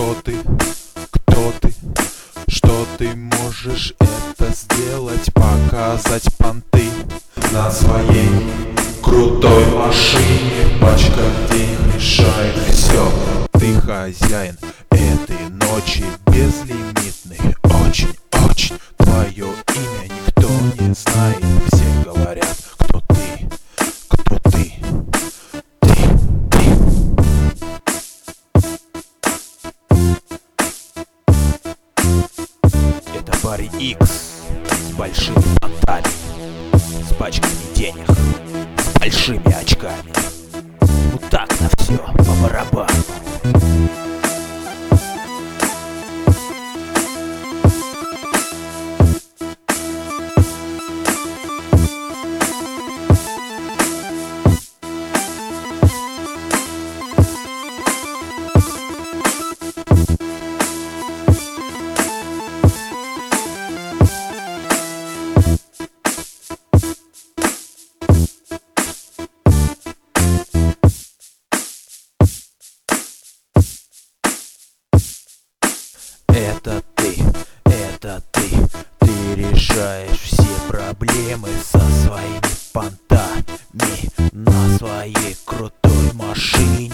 Кто ты? Кто ты? Что ты можешь это сделать? Показать понты на своей крутой машине. Пачка денег решает все. Ты хозяин этой ночи безлимитный. Очень-очень твое имя никто не знает. Все говорят, кто ты, кто ты. Это парень Икс с большими понтами, с пачками денег, с большими очками. Ну так на все по барабану. Это ты решаешь все проблемы со своими понтами на своей крутой машине.